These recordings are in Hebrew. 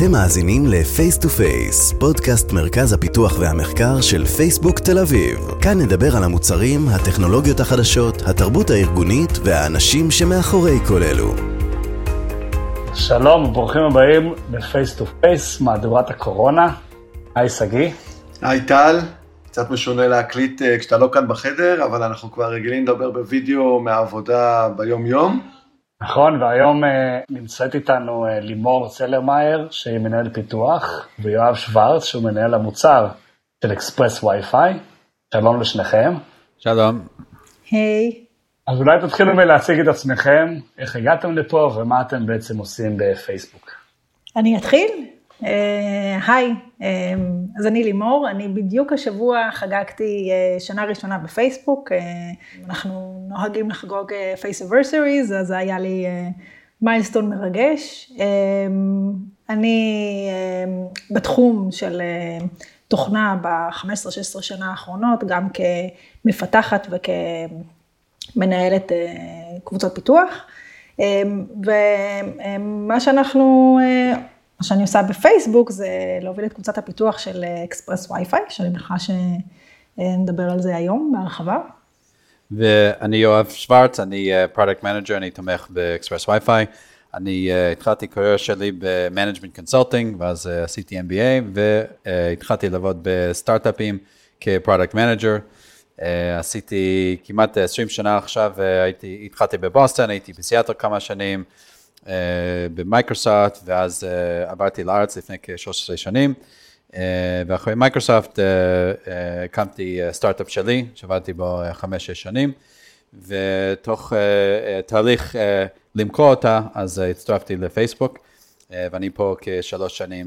אתם מאזינים ל-Face to Face, פודקאסט מרכז הפיתוח והמחקר של פייסבוק תל אביב. כאן נדבר על המוצרים, הטכנולוגיות החדשות, התרבות הארגונית והאנשים שמאחורי כל אלו. שלום וברוכים הבאים ל-Face to Face, מהדורת הקורונה. היי סגי. היי טל, קצת משונה להקליט כשאתה לא כאן בחדר, אבל אנחנו כבר רגילים לדבר בווידאו מהעבודה ביום יום. נכון, והיום נמצאת איתנו לימור צלרמייר, שהיא מנהל פיתוח, ויואב שוורץ, שהוא מנהל המוצר של אקספרס וי-פיי. שלום לשניכם. שלום. היי. אז אולי תתחילו מלהציג את עצמכם, איך הגעתם לפה ומה אתם בעצם עושים בפייסבוק. אני אתחיל? היי, אז אני לימור, אני בדיוק השבוע חגגתי שנה ראשונה בפייסבוק, אנחנו נוהגים לחגוג Faceversaries'es, אז זה היה לי מיילסטון מרגש. אני בתחום של תוכנה ב-15-16 שנה האחרונות, גם כמפתחת וכמנהלת קבוצות פיתוח, ומה שאני עושה בפייסבוק זה להוביל את קבוצת הפיתוח של אקספרס וי-פיי, שאני מניחה שנדבר על זה היום בהרחבה. ואני יואב שוורץ, אני פרודקט מנג'ר, אני תומך באקספרס וי-פיי. אני התחלתי קריירה שלי במנג'מנט קונסולטינג, ואז עשיתי MBA, והתחלתי לעבוד בסטארט-אפים כפרודקט מנג'ר. עשיתי כמעט 20 שנה עכשיו, התחלתי בבוסטון, הייתי בסיאטל כמה שנים, במייקרוסופט, ואז עברתי לארץ לפני כ-13 שנים, ואחרי מייקרוסופט הקמתי סטארט-אפ שלי, שעבדתי בו 5-6 שנים, ותוך תהליך למכור אותה, אז הצטרפתי לפייסבוק, ואני פה כ3 שנים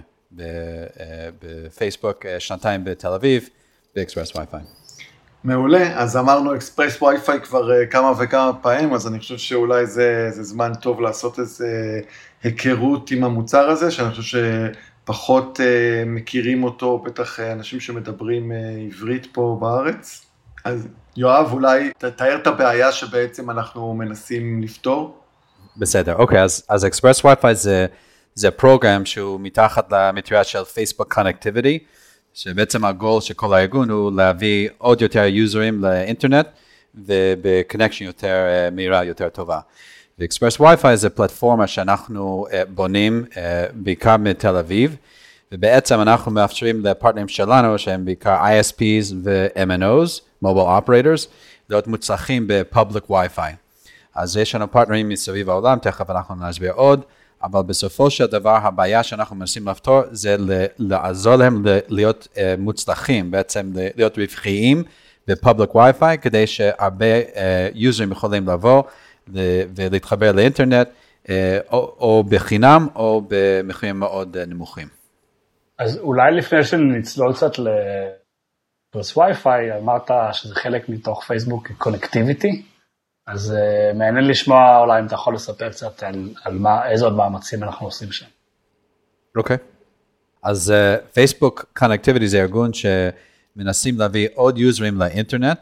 בפייסבוק, 2 בתל אביב, באקספרס וי-פיי. מעולה, אז אמרנו אקספרס וי-פיי כבר כמה וכמה פעמים, אז אני חושב שאולי זה זמן טוב לעשות איזה היכרות עם המוצר הזה, שאני חושב שפחות מכירים אותו, בטח אנשים שמדברים עברית פה בארץ. אז יואב, אולי תתאר את הבעיה שבעצם אנחנו מנסים לפתור. בסדר, אוקיי, אז אקספרס וי-פיי זה פרוגרם שהוא מתחת למטריה של פייסבוק קונקטיביטי, שבעצם הגול של כל הארגון הוא להביא עוד יותר יוזרים לאינטרנט, ובקונקשן יותר מהירה, יותר טובה. ואקספרס וי-פיי זה פלטפורמה שאנחנו בונים בעיקר מתל אביב, ובעצם אנחנו מאפשרים לפרטנרים שלנו, שהם בעיקר ISPs ו-MNOs, Mobile Operators, להיות מוצלחים בפובליק וי-פיי. אז יש לנו פרטנרים מסביב העולם, תכף אנחנו נסביר עוד, אבל בסופו של דבר, הבעיה שאנחנו מנסים לפתור, זה לעזור להם להיות מוצלחים, בעצם להיות רווחיים בפובליק וי-פיי, כדי שהרבה יוזרים יכולים לבוא ולהתחבר לאינטרנט, או בחינם, או במחירים מאוד נמוכים. אז אולי לפני שנצלול קצת לפרס וי-פיי, אמרת שזה חלק מתוך פייסבוק קונקטיביטי, אז מעניין לשמוע אולי אם אתה יכול לספר קצת על איזה עוד מאמצים אנחנו עושים שם. אוקיי. אז פייסבוק קונקטיביטי זה ארגון שמנסים להביא עוד יוזרים לאינטרנט,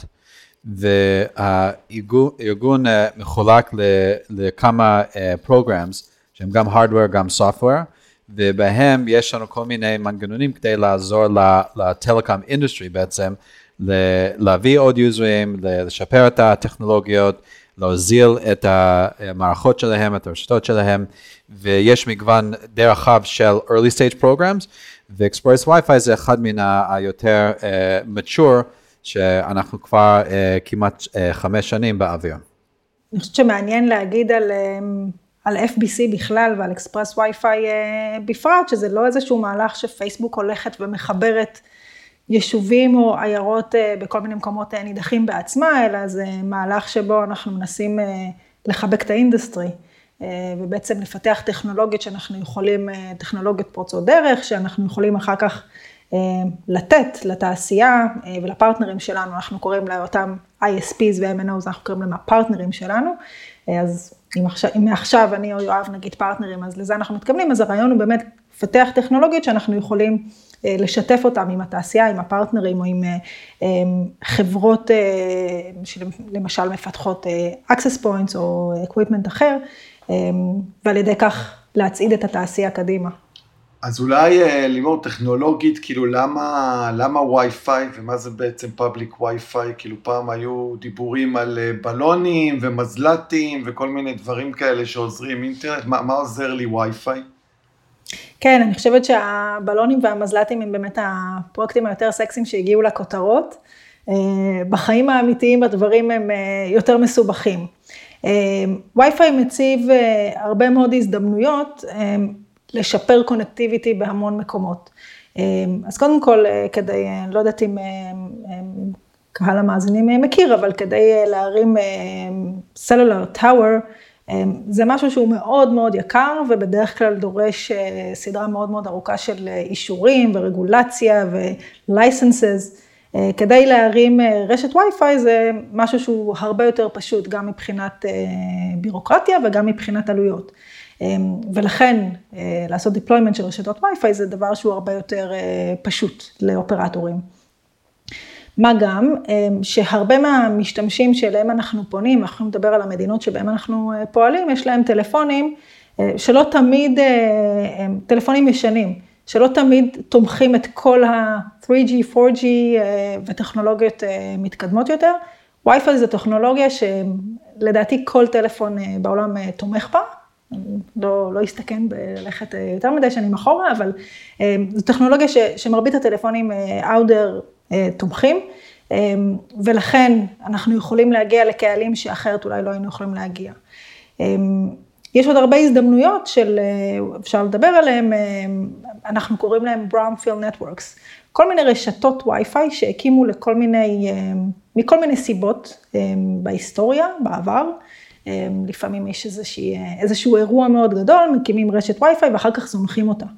והארגון מחולק לכמה programs, שהם גם hardware, גם software, ובהם יש לנו כל מיני מנגנונים כדי לעזור לטלקום אינדוסטרי בעצם, להביא עוד יוזרים, לשפר את הטכנולוגיות, להוזיל את המערכות שלהם, את הרשתות שלהם, ויש מגוון די רחב של early stage programs, ואקספרס וי-פיי זה אחד מן היותר mature, שאנחנו כבר כמעט 5 שנים באוויר. אני חושבת שמעניין להגיד על FBC בכלל ועל אקספרס וי-פיי בפרט, שזה לא איזשהו מהלך שפייסבוק הולכת ומחברת יישובים או עיירות בכל מיני מקומות נידחים בעצמה, אלא זה מהלך שבו אנחנו מנסים לחבק את האינדסטרי, ובעצם לפתח טכנולוגיות שאנחנו יכולים, טכנולוגיות פורצות דרך, שאנחנו יכולים אחר כך לתת לתעשייה ולפרטנרים שלנו, אנחנו קוראים לאותם ISPs ו-MNOs, אנחנו קוראים להם הפרטנרים שלנו, אז אם מעכשיו אני או יואב נגיד פרטנרים, אז לזה אנחנו מתכוונים, אז הרעיון הוא באמת לפתח טכנולוגיות שאנחנו יכולים לשתף אותם עם התעשייה, עם הפרטנרים, או עם חברות שלמשל מפתחות access points או equipment אחר, ועל ידי כך להצעיד את התעשייה קדימה. אז אולי לימור טכנולוגית, כאילו למה וי-פיי ומה זה בעצם פאבליק וי-פיי, כאילו פעם היו דיבורים על בלונים ומזל"טים וכל מיני דברים כאלה שעוזרים אינטרנט, מה עוזר לי וי-פיי? כן, אני חושבת שהבלונים והמזל"טים הם באמת הפרויקטים היותר סקסיים שהגיעו לכותרות. בחיים האמיתיים הדברים הם יותר מסובכים. וי-פיי מציב הרבה מאוד הזדמנויות לשפר קונקטיביטי בהמון מקומות. אז קודם כל, כדי, לא יודעת אם קהל המאזינים מכיר, אבל כדי להרים סלולר טאוור, זה משהו שהוא מאוד מאוד יקר, ובדרך כלל דורש סדרה מאוד מאוד ארוכה של אישורים ורגולציה ו-licenses. כדי להרים רשת וי-פיי זה משהו שהוא הרבה יותר פשוט, גם מבחינת בירוקרטיה וגם מבחינת עלויות. ולכן לעשות deployment של רשתות וי-פיי זה דבר שהוא הרבה יותר פשוט לאופרטורים. מה גם שהרבה מהמשתמשים שאליהם אנחנו פונים, אנחנו מדבר על המדינות שבהם אנחנו פועלים, יש להם טלפונים שלא תמיד, טלפונים ישנים, שלא תמיד תומכים את כל ה-3G, 4G וטכנולוגיות מתקדמות יותר. וי-פיי זו טכנולוגיה שלדעתי כל טלפון בעולם תומך בה, לא יסתכן בלכת יותר מדי שנים אחורה, אבל זו טכנולוגיה שמרבית הטלפונים outdoor תומכים, ולכן אנחנו יכולים להגיע לקהלים שאחרת אולי לא היינו יכולים להגיע. יש עוד הרבה הזדמנויות אפשר לדבר עליהם, אנחנו קוראים להם Brownfield Networks, כל מיני רשתות וי-פיי שהקימו מכל מיני סיבות בהיסטוריה, בעבר, לפעמים יש איזשהו אירוע מאוד גדול, מקימים רשת וי-פיי ואחר כך זונחים אותה.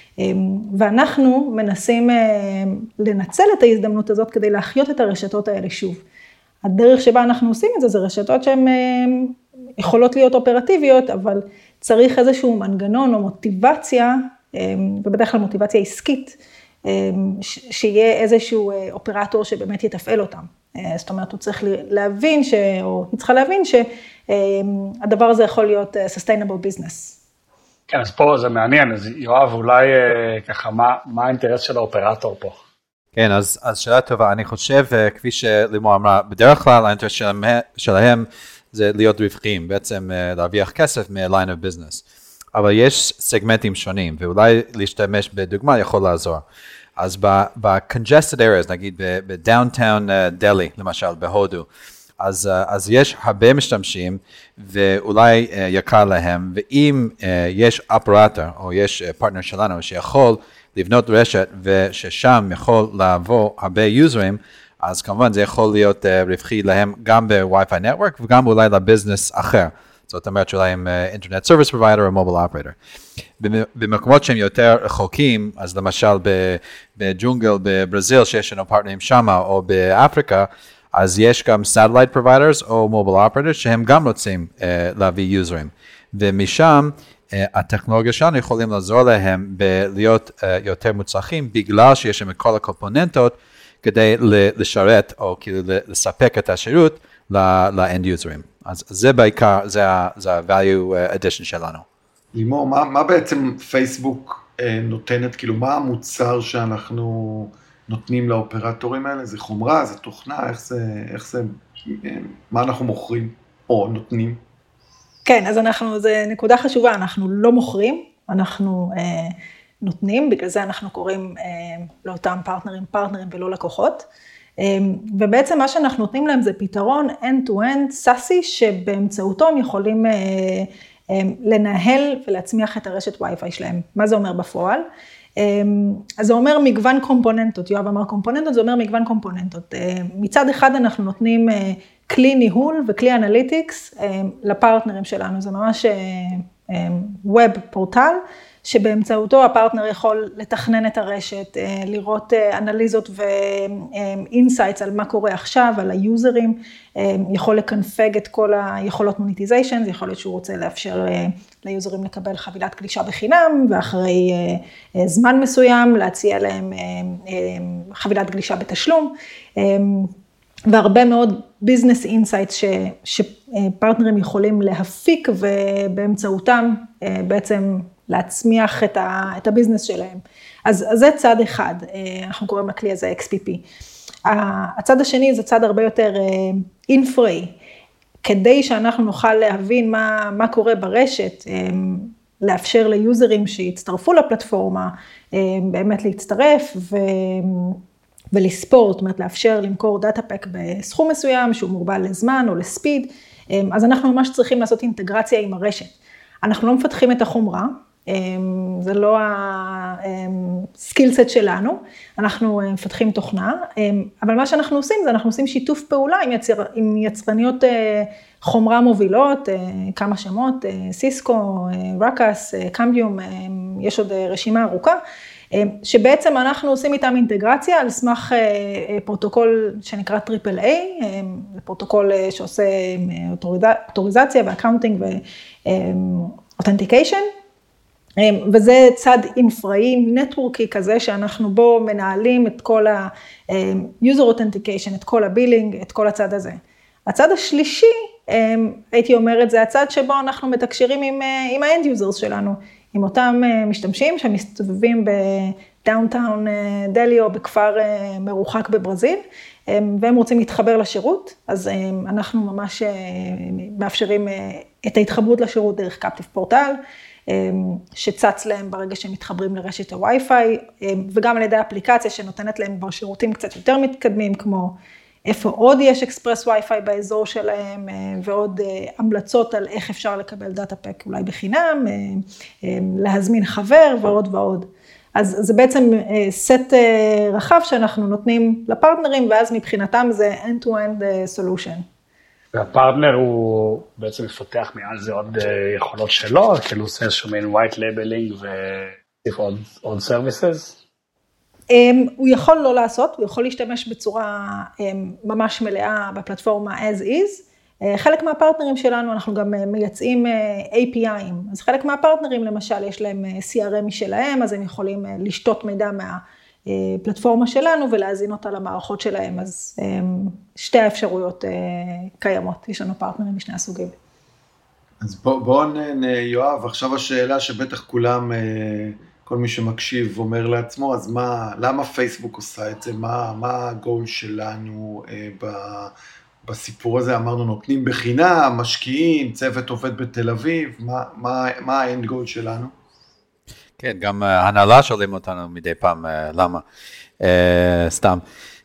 ואנחנו מנסים לנצל את ההזדמנות הזאת כדי להחיות את הרשתות האלה שוב. הדרך שבה אנחנו עושים את זה, זה רשתות שהן יכולות להיות אופרטיביות, אבל צריך איזשהו מנגנון או מוטיבציה, ובדרך כלל מוטיבציה עסקית, שיהיה איזשהו אופרטור שבאמת יתפעל אותם. זאת אומרת, הוא צריך להבין, או היא צריכה להבין שהדבר הזה יכול להיות sustainable business. כן, אז פה זה מעניין, אז יואב, אולי ככה, מה האינטרס של האופרטור פה? כן, אז שאלה טובה, אני חושב, כפי שלימור אמרה, בדרך כלל האינטרס שלהם זה להיות רווחיים, בעצם להרוויח כסף מ-line of business. אבל יש סגמנטים שונים, ואולי להשתמש בדוגמה יכול לעזור. אז ב-congested areas, נגיד ב-downtown דלי, למשל, בהודו, אז יש הרבה משתמשים, ואולי יקר להם, ואם יש אופרטור, או יש פרטנר שלנו, שיכול לבנות רשת, וששם יכול לעבור הרבה יוזרים, אז כמובן זה יכול להיות רווחי להם גם ב-Wi-Fi network, וגם אולי לביזנס אחר. זאת אומרת שאולי עם Internet Service Provider או Mobile Operator. במקומות שהם יותר רחוקים, אז למשל בג'ונגל בברזיל, שיש לנו פרטנרים שמה, או באפריקה, אז יש גם Satellite Providers או Mobile Operators, שהם גם רוצים להביא יוזרים. ומשם, הטכנולוגיה שלנו יכולים לעזור להם להיות יותר מוצלחים, בגלל שיש שם את כל הקומפוננטות, כדי לשרת או כאילו לספק את השירות ל-end users. אז זה בעיקר, זה ה-value addition שלנו. לימור, מה בעצם פייסבוק נותנת, כאילו מה המוצר שאנחנו נותנים לאופרטורים האלה? זה חומרה, זה תוכנה, איך זה, מה אנחנו מוכרים או נותנים? כן, אז זה נקודה חשובה, אנחנו לא מוכרים, אנחנו נותנים, בגלל זה אנחנו קוראים לאותם פרטנרים ולא לקוחות, ובעצם מה שאנחנו נותנים להם זה פתרון end-to-end סאסי, שבאמצעותו הם יכולים לנהל ולהצמיח את הרשת וי-פיי שלהם. מה זה אומר בפועל? אז זה אומר מגוון קומפוננטות, יואב אמר קומפוננטות, זה אומר מגוון קומפוננטות. מצד אחד אנחנו נותנים כלי ניהול וכלי אנליטיקס לפרטנרים שלנו, זה ממש ווב פורטל, שבאמצעותו הפרטנר יכול לתכנן את הרשת, לראות אנליזות ואינסייטס על מה קורה עכשיו, על היוזרים, יכול לקנפג את כל היכולות מוניטיזיישן, זה יכול להיות שהוא רוצה לאפשר ליוזרים לקבל חבילת גלישה בחינם, ואחרי זמן מסוים להציע להם חבילת גלישה בתשלום, והרבה מאוד ביזנס אינסייטס שפרטנרים יכולים להפיק, ובאמצעותם בעצם להצמיח את הביזנס שלהם. אז זה צד אחד, אנחנו קוראים לכלי הזה XPP. הצד השני זה צד הרבה יותר אינפראי, כדי שאנחנו נוכל להבין מה קורה ברשת, לאפשר ליוזרים שיצטרפו לפלטפורמה, באמת להצטרף ולספור, זאת אומרת לאפשר למכור דאטה פק בסכום מסוים שהוא מוגבל לזמן או לספיד, אז אנחנו ממש צריכים לעשות אינטגרציה עם הרשת. אנחנו לא מפתחים את החומרה, זה לא הסקילסט שלנו, אנחנו מפתחים תוכנה, אבל מה שאנחנו עושים זה אנחנו עושים שיתוף פעולה עם יצרניות חומרה מובילות, כמה שמות, סיסקו, רקאס, קמביום, יש עוד רשימה ארוכה, שבעצם אנחנו עושים איתם אינטגרציה על סמך פרוטוקול שנקרא AAA, זה פרוטוקול שעושה אוטוריזציה ואקאונטינג ואותנטיקיישן, וזה צד אינפראי, נטוורקי כזה, שאנחנו בו מנהלים את כל ה-user authentication, את כל הבילינג, את כל הצד הזה. הצד השלישי, הייתי אומרת, זה הצד שבו אנחנו מתקשרים עם ה-end users שלנו, עם אותם משתמשים שמסתובבים בדאונטאון דלי או בכפר מרוחק בברזיל, והם רוצים להתחבר לשירות, אז אנחנו ממש מאפשרים את ההתחברות לשירות דרך קפטיב פורטל, שצץ להם ברגע שהם מתחברים לרשת הווי-פיי, וגם על ידי האפליקציה שנותנת להם כבר שירותים קצת יותר מתקדמים, כמו איפה עוד יש אקספרס ווי-פיי באזור שלהם, ועוד המלצות על איך אפשר לקבל דאטה פק אולי בחינם, להזמין חבר ועוד ועוד. אז זה בעצם סט רחב שאנחנו נותנים לפרטנרים, ואז מבחינתם זה end-to-end solution. והפרטנר הוא בעצם מפתח מעל זה עוד יכולות שלו, כאילו עושה איזשהו מין white labeling וסיף עוד services? הוא יכול לא לעשות, הוא יכול להשתמש בצורה ממש מלאה בפלטפורמה as is. חלק מהפרטנרים שלנו, אנחנו גם מייצאים API'ים, אז חלק מהפרטנרים למשל יש להם CRM משלהם, אז הם יכולים לשתות מידע מהפלטפורמה שלנו ולהזין אותה למערכות שלהם, אז שתי האפשרויות קיימות, יש לנו פרטנרים משני הסוגים. אז בואו יואב, עכשיו השאלה שבטח כולם, כל מי שמקשיב אומר לעצמו, אז למה פייסבוק עושה את זה? מה הגול שלנו בסיפור הזה? אמרנו נותנים בחינם, משקיעים, צוות עובד בתל אביב, מה האנד גול שלנו? כן, גם הנהלה שואלים אותנו מדי פעם, למה? סתם.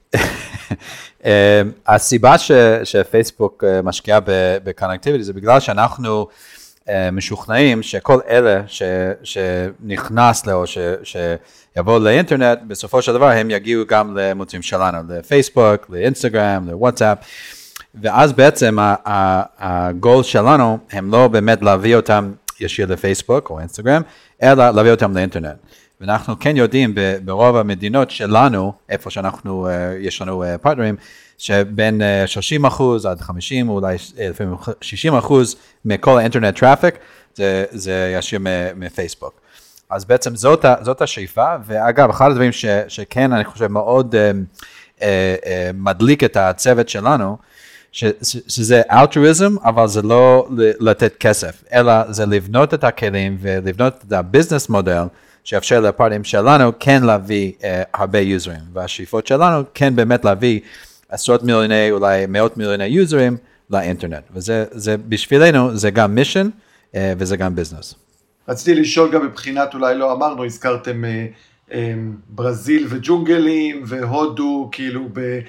הסיבה שפייסבוק משקיעה בקונקטיביטי זה בגלל שאנחנו משוכנעים שכל אלה שנכנס לו, שיבואו לאינטרנט, בסופו של דבר הם יגיעו גם למוצרים שלנו, לפייסבוק, לאינסטגרם, לוואטסאפ, ואז בעצם הגול שלנו הם לא באמת להביא אותם ישיר לפייסבוק או אינסטגרם, אלא להביא אותם לאינטרנט. ואנחנו כן יודעים ברוב המדינות שלנו, איפה שאנחנו, יש לנו פרטנרים, שבין 30% עד 50% אולי 60% מכל האינטרנט טראפיק, זה ישיר מפייסבוק. אז בעצם זאת השאיפה, ואגב, אחד הדברים שכן אני חושב מאוד מדליק את הצוות שלנו, שזה אלטרואיזם, אבל זה לא לתת כסף, אלא זה לבנות את הכלים ולבנות את הביזנס מודל, שאפשר לפרטנרים שלנו כן להביא הרבה יוזרים, והשאיפות שלנו כן באמת להביא עשרות מיליוני, אולי מאות מיליוני יוזרים לאינטרנט, וזה בשבילנו, זה גם מישן וזה גם ביזנס. רציתי לשאול גם מבחינת, אולי לא אמרנו, הזכרתם ברזיל וג'ונגלים והודו, כאילו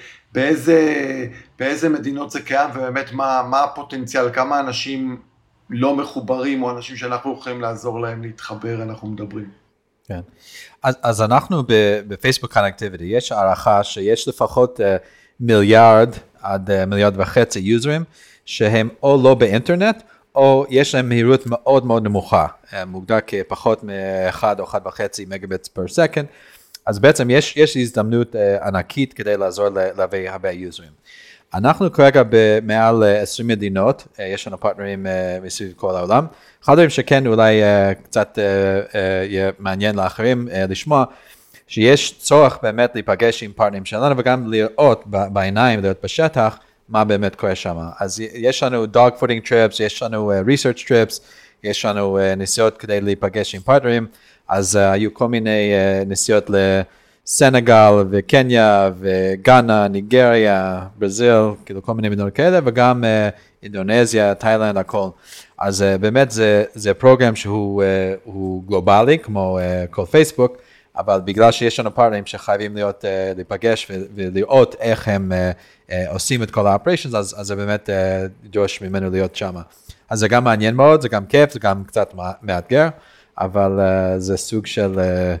באיזה מדינות זה קיים, ובאמת מה הפוטנציאל, כמה אנשים לא מחוברים, או אנשים שאנחנו יכולים לעזור להם להתחבר, אנחנו מדברים. כן, אז אנחנו בפייסבוק קונקטיביטי, יש הערכה שיש לפחות מיליארד עד 1.5 מיליארד יוזרים, שהם או לא באינטרנט, או יש להם מהירות מאוד מאוד נמוכה, מוגדר כפחות מ-1 או 1.5 מגביטס פר סקנד, אז בעצם יש הזדמנות ענקית כדי לעזור להביא הרבה יוזרים. אנחנו כרגע במעל 20 מדינות, יש לנו פרטנרים מסביב כל העולם. אחד הדברים שכן אולי קצת יהיה מעניין לאחרים לשמוע, שיש צורך באמת להיפגש עם פרטנרים שלנו, וגם לראות בעיניים, לראות בשטח, מה באמת קורה שם. אז יש לנו dog footing trips, יש לנו research trips, יש לנו נסיעות כדי להיפגש עם פרטנרים, אז היו כל מיני נסיעות לסנגל וקניה וגאנה, ניגריה, ברזיל, כאילו כל מיני מדינות כאלה, וגם אינדונזיה, תאילנד, הכל. אז באמת זה פרוגרם שהוא גלובלי, כמו כל פייסבוק, אבל בגלל שיש לנו פרטנרים שחייבים להיפגש ולראות איך הם עושים את כל ה-operations, אז זה באמת דורש ממנו להיות שם. אז זה גם מעניין מאוד, זה גם כיף, זה גם קצת מאתגר, אבל זה סוג של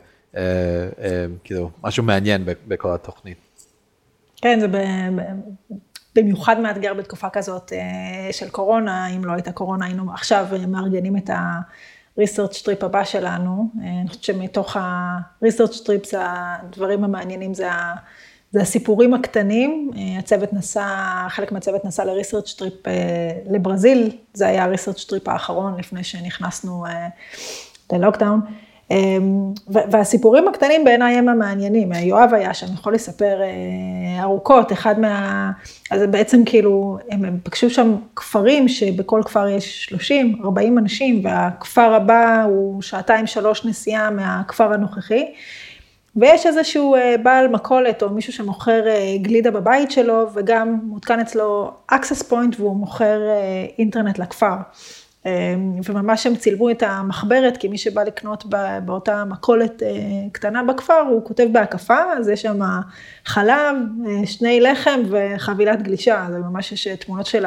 כאילו משהו מעניין בכל התוכנית. כן, זה במיוחד מאתגר בתקופה כזאת של קורונה, אם לא הייתה קורונה, היינו עכשיו מארגנים את ה-research trip הבא שלנו, אני חושבת שמתוך ה-research trips, הדברים המעניינים זה הסיפורים הקטנים, הצוות נסע, חלק מהצוות נסע ל-research trip לברזיל, זה היה ה-research trip האחרון לפני שנכנסנו ללוקדאון, והסיפורים הקטנים בעיניי הם המעניינים, יואב היה שם, יכול לספר ארוכות, אז בעצם כאילו, הם פגשו שם כפרים, שבכל כפר יש 30-40 אנשים, והכפר הבא הוא 2-3 נסיעה מהכפר הנוכחי, ויש איזשהו בעל מכולת, או מישהו שמוכר גלידה בבית שלו, וגם מותקן אצלו access point, והוא מוכר אינטרנט לכפר. וממש הם צילבו את המחברת, כי מי שבא לקנות באותה מכולת קטנה בכפר, הוא כותב בהקפה, אז יש שם חלב, 2 לחם וחבילת גלישה, זה ממש יש תמונות של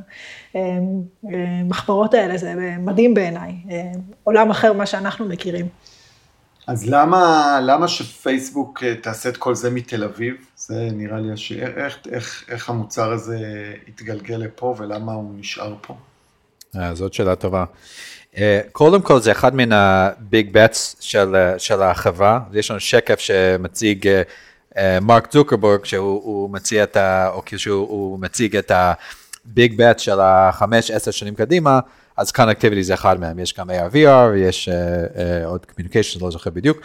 המחברות האלה, זה מדהים בעיניי, עולם אחר מה שאנחנו מכירים. אז למה שפייסבוק תעשה את כל זה מתל אביב? זה נראה לי איך המוצר הזה יתגלגל לפה ולמה הוא נשאר פה? זאת שאלה טובה. קודם כל זה אחד מן הביג בטס של החברה, יש לנו שקף שמציג מרק צוקרברג, שהוא מציע או כשהוא מציג את הביג בט של 5-10 שנים קדימה, אז connectivity זה אחד מהם, יש גם AR/VR, ויש עוד communication, לא זוכר בדיוק,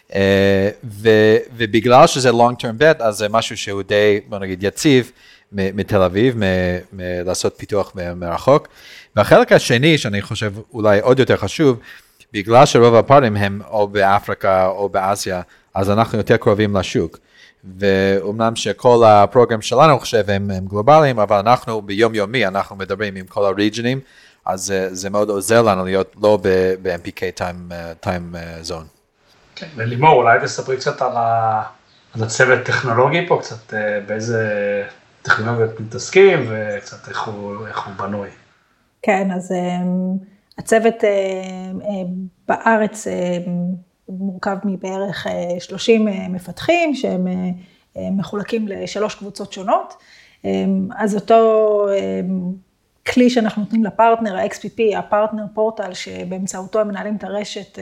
ובגלל שזה long term bet, אז זה משהו שהוא די, בוא נגיד, יציב מתל אביב, לעשות פיתוח מרחוק, והחלק השני, שאני חושב אולי עוד יותר חשוב, בגלל שרוב הפרטנרים הם או באפריקה או באסיה, אז אנחנו יותר קרובים לשוק. ואומנם שכל הפרוגרם שלנו חושב הם גלובליים, אבל אנחנו ביום יומי, אנחנו מדברים עם כל הריג'נים, אז זה מאוד עוזר לנו להיות לא ב-MPK time zone. כן, ולימור, אולי תספרי קצת על הצוות טכנולוגי פה, קצת באיזה טכנולוגיות מתעסקים, וקצת איך הוא בנוי. כן, אז הצוות בארץ מורכב מבערך 30 מפתחים, שהם מחולקים ל3 קבוצות שונות, אז אותו כלי שאנחנו נותנים לפרטנר, ה-XPP, הפרטנר פורטל, שבאמצעותו הם מנהלים את הרשת,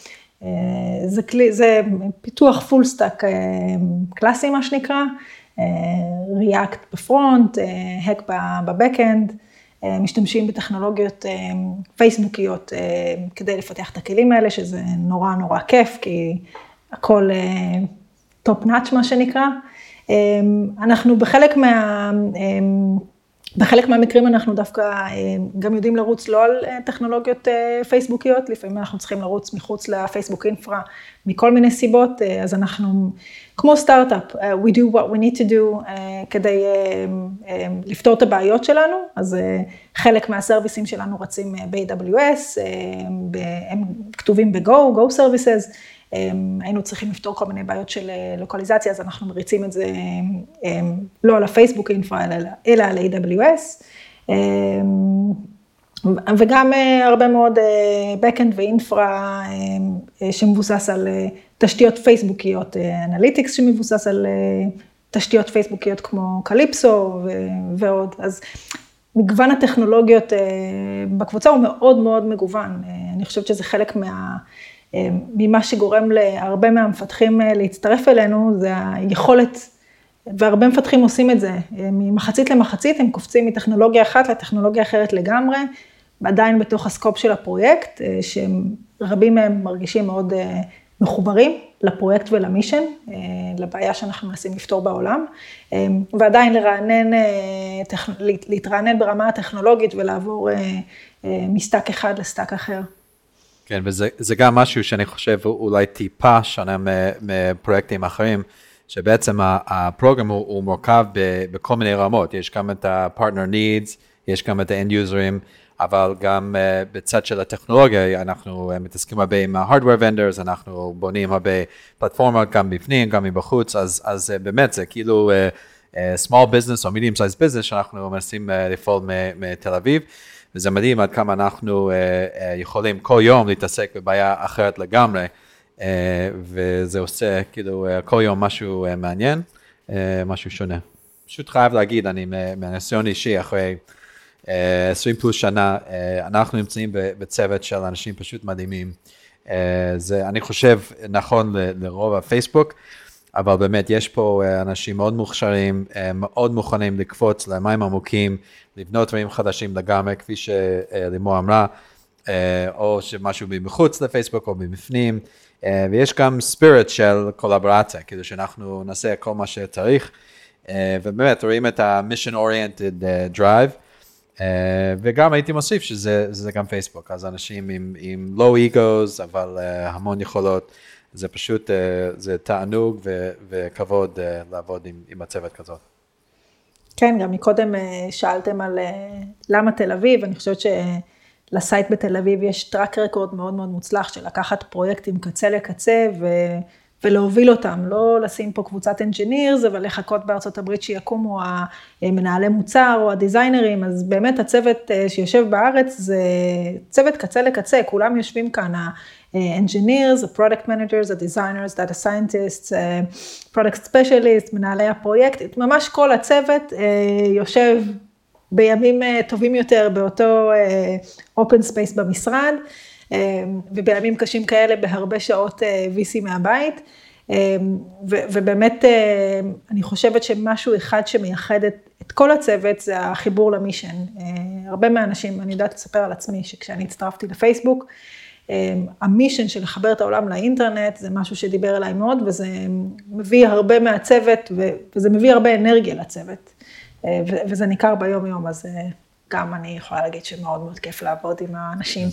זה פיתוח פול סטאק קלאסי, מה שנקרא, React בפרונט, Hack בבקאנד, משתמשים בטכנולוגיות פייסבוקיות כדי לפתח את הכלים האלה, שזה נורא נורא כיף, כי הכל טופ נאץ' מה שנקרא. אנחנו בחלק מהמקרים אנחנו דווקא גם יודעים לרוץ לא על טכנולוגיות פייסבוקיות, לפעמים אנחנו צריכים לרוץ מחוץ לפייסבוק אינפרה מכל מיני סיבות, אז אנחנו כמו סטארט-אפ, we do what we need to do כדי לפתור את הבעיות שלנו, אז חלק מהסרוויסים שלנו רצים ב-AWS, הם כתובים ב-Go Services, היינו צריכים לפתור כל מיני בעיות של לוקליזציה, אז אנחנו מריצים את זה לא על הפייסבוק אינפרה, אלא על AWS, וגם הרבה מאוד backend ואינפרה שמבוסס על תשתיות פייסבוקיות, אנליטיקס שמבוסס על תשתיות פייסבוקיות כמו קליפסו ועוד, אז מגוון הטכנולוגיות בקבוצה הוא מאוד מאוד מגוון, אני חושבת שזה חלק ממה שגורם להרבה מהמפתחים להצטרף אלינו, זה היכולת, והרבה מפתחים עושים את זה, ממחצית למחצית, הם קופצים מטכנולוגיה אחת לטכנולוגיה אחרת לגמרי, עדיין בתוך הסקופ של הפרויקט, שרבים מהם מרגישים מאוד מחוברים לפרויקט ולמישן, לבעיה שאנחנו מנסים לפתור בעולם, ועדיין להתרענן ברמה הטכנולוגית ולעבור מסטק אחד לסטק אחר. כן, וזה גם משהו שאני חושב אולי טיפה שונה מפרויקטים אחרים, שבעצם הפרוגרם הוא מורכב בכל מיני רמות, יש גם את ה-partner needs, יש גם את ה-end users, אבל גם בצד של הטכנולוגיה, אנחנו מתעסקים הרבה עם ה-hardware vendors, אנחנו בונים הרבה פלטפורמות, גם בפנים, גם מבחוץ, אז באמת זה כאילו small business או medium size business, שאנחנו מנסים לפעול מתל אביב, וזה מדהים עד כמה אנחנו יכולים כל יום להתעסק בבעיה אחרת לגמרי, וזה עושה כאילו כל יום משהו מעניין, משהו שונה. פשוט חייב להגיד, אני מהניסיון אישי אחרי 20 פלוס שנה, אנחנו נמצאים בצוות של אנשים פשוט מדהימים. זה, אני חושב, נכון לרוב הפייסבוק, אבל באמת יש פה אנשים מאוד מוכשרים, מאוד מוכנים לקפוץ למים עמוקים, לבנות דברים חדשים לגמרי, כפי שלימור אמרה, או שמשהו מחוץ לפייסבוק או מבפנים, ויש גם ספיריט של קולברציה, כאילו שאנחנו נעשה כל מה שצריך, ובאמת רואים את ה-mission oriented drive, וגם הייתי מוסיף שזה גם פייסבוק, אז אנשים עם low egos, אבל המון יכולות, זה פשוט, זה תענוג וכבוד לעבוד עם הצוות כזאת. כן, גם מקודם שאלתם על למה תל אביב, אני חושבת שלסייט בתל אביב יש טראק רקורד מאוד מאוד מוצלח, של לקחת פרויקטים קצה לקצה ולהוביל אותם, לא לשים פה קבוצת engineers, אבל לחכות בארצות הברית שיקומו המנהלי מוצר או הדיזיינרים, אז באמת הצוות שיושב בארץ זה צוות קצה לקצה, כולם יושבים כאן, ה-engineers, ה-product managers, ה-designers, data scientists, product specialists, מנהלי הפרויקט, ממש כל הצוות יושב בימים טובים יותר באותו open space במשרד, ובימים קשים כאלה בהרבה שעות VC מהבית, ובאמת אני חושבת שמשהו אחד שמייחד את כל הצוות זה החיבור למישן. הרבה מהאנשים, אני יודעת לספר על עצמי שכשאני הצטרפתי לפייסבוק, המישן של לחבר את העולם לאינטרנט זה משהו שדיבר אליי מאוד, וזה מביא הרבה מהצוות, וזה מביא הרבה אנרגיה לצוות, וזה ניכר ביום יום, אז גם אני יכולה להגיד שמאוד מאוד כיף לעבוד עם האנשים.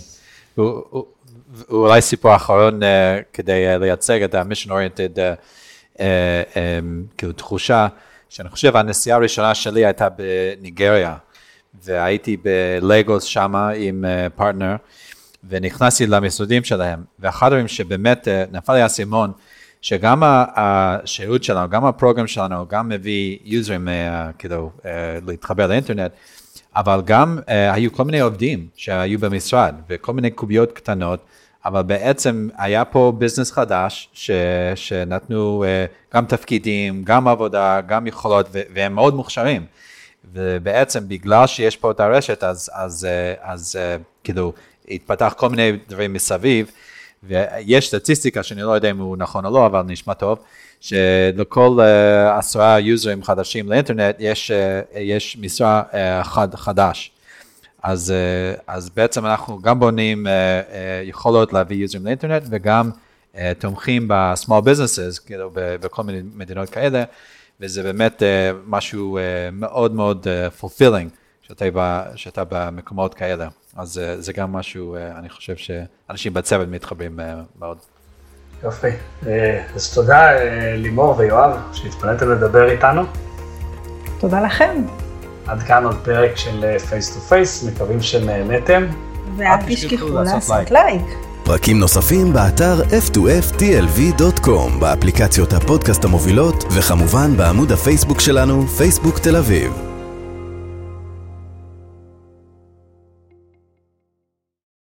אולי סיפור אחרון כדי לייצג את ה-mission oriented כאילו תחושה, שאני חושב הנסיעה הראשונה שלי הייתה בניגריה, והייתי בלגוס שמה עם פרטנר, ונכנסתי למשרדים שלהם, ואחד הדברים שבאמת נפל לי האסימון, שגם השירות שלנו, גם הפרוגרם שלנו, גם מביא יוזרים כאילו להתחבר לאינטרנט, אבל גם היו כל מיני עובדים שהיו במשרד, וכל מיני קוביות קטנות, אבל בעצם היה פה ביזנס חדש, שנתנו גם תפקידים, גם עבודה, גם יכולות, והם מאוד מוכשרים. ובעצם בגלל שיש פה את הרשת, אז כאילו התפתח כל מיני דברים מסביב, ויש סטטיסטיקה שאני לא יודע אם הוא נכון או לא, אבל נשמע טוב, שלכל 10 יוזרים חדשים לאינטרנט יש משרה חדש. אז בעצם אנחנו גם בונים יכולות להביא יוזרים לאינטרנט, וגם תומכים ב-small businesses, כאילו בכל מיני מדינות כאלה, וזה באמת משהו מאוד מאוד fulfilling, שאתה במקומות כאלה. אז זה גם משהו, אני חושב שאנשים בצוות מתחברים מאוד. יופי. אז תודה לימור ויואב שהתפניתם לדבר איתנו. תודה לכם. עד כאן עוד פרק של Face to Face, מקווים שנהנתם. ואל תשכחו לעשות לייק. פרקים נוספים באתר f2ftlv.com, באפליקציות הפודקאסט המובילות, וכמובן בעמוד הפייסבוק שלנו, פייסבוק תל אביב.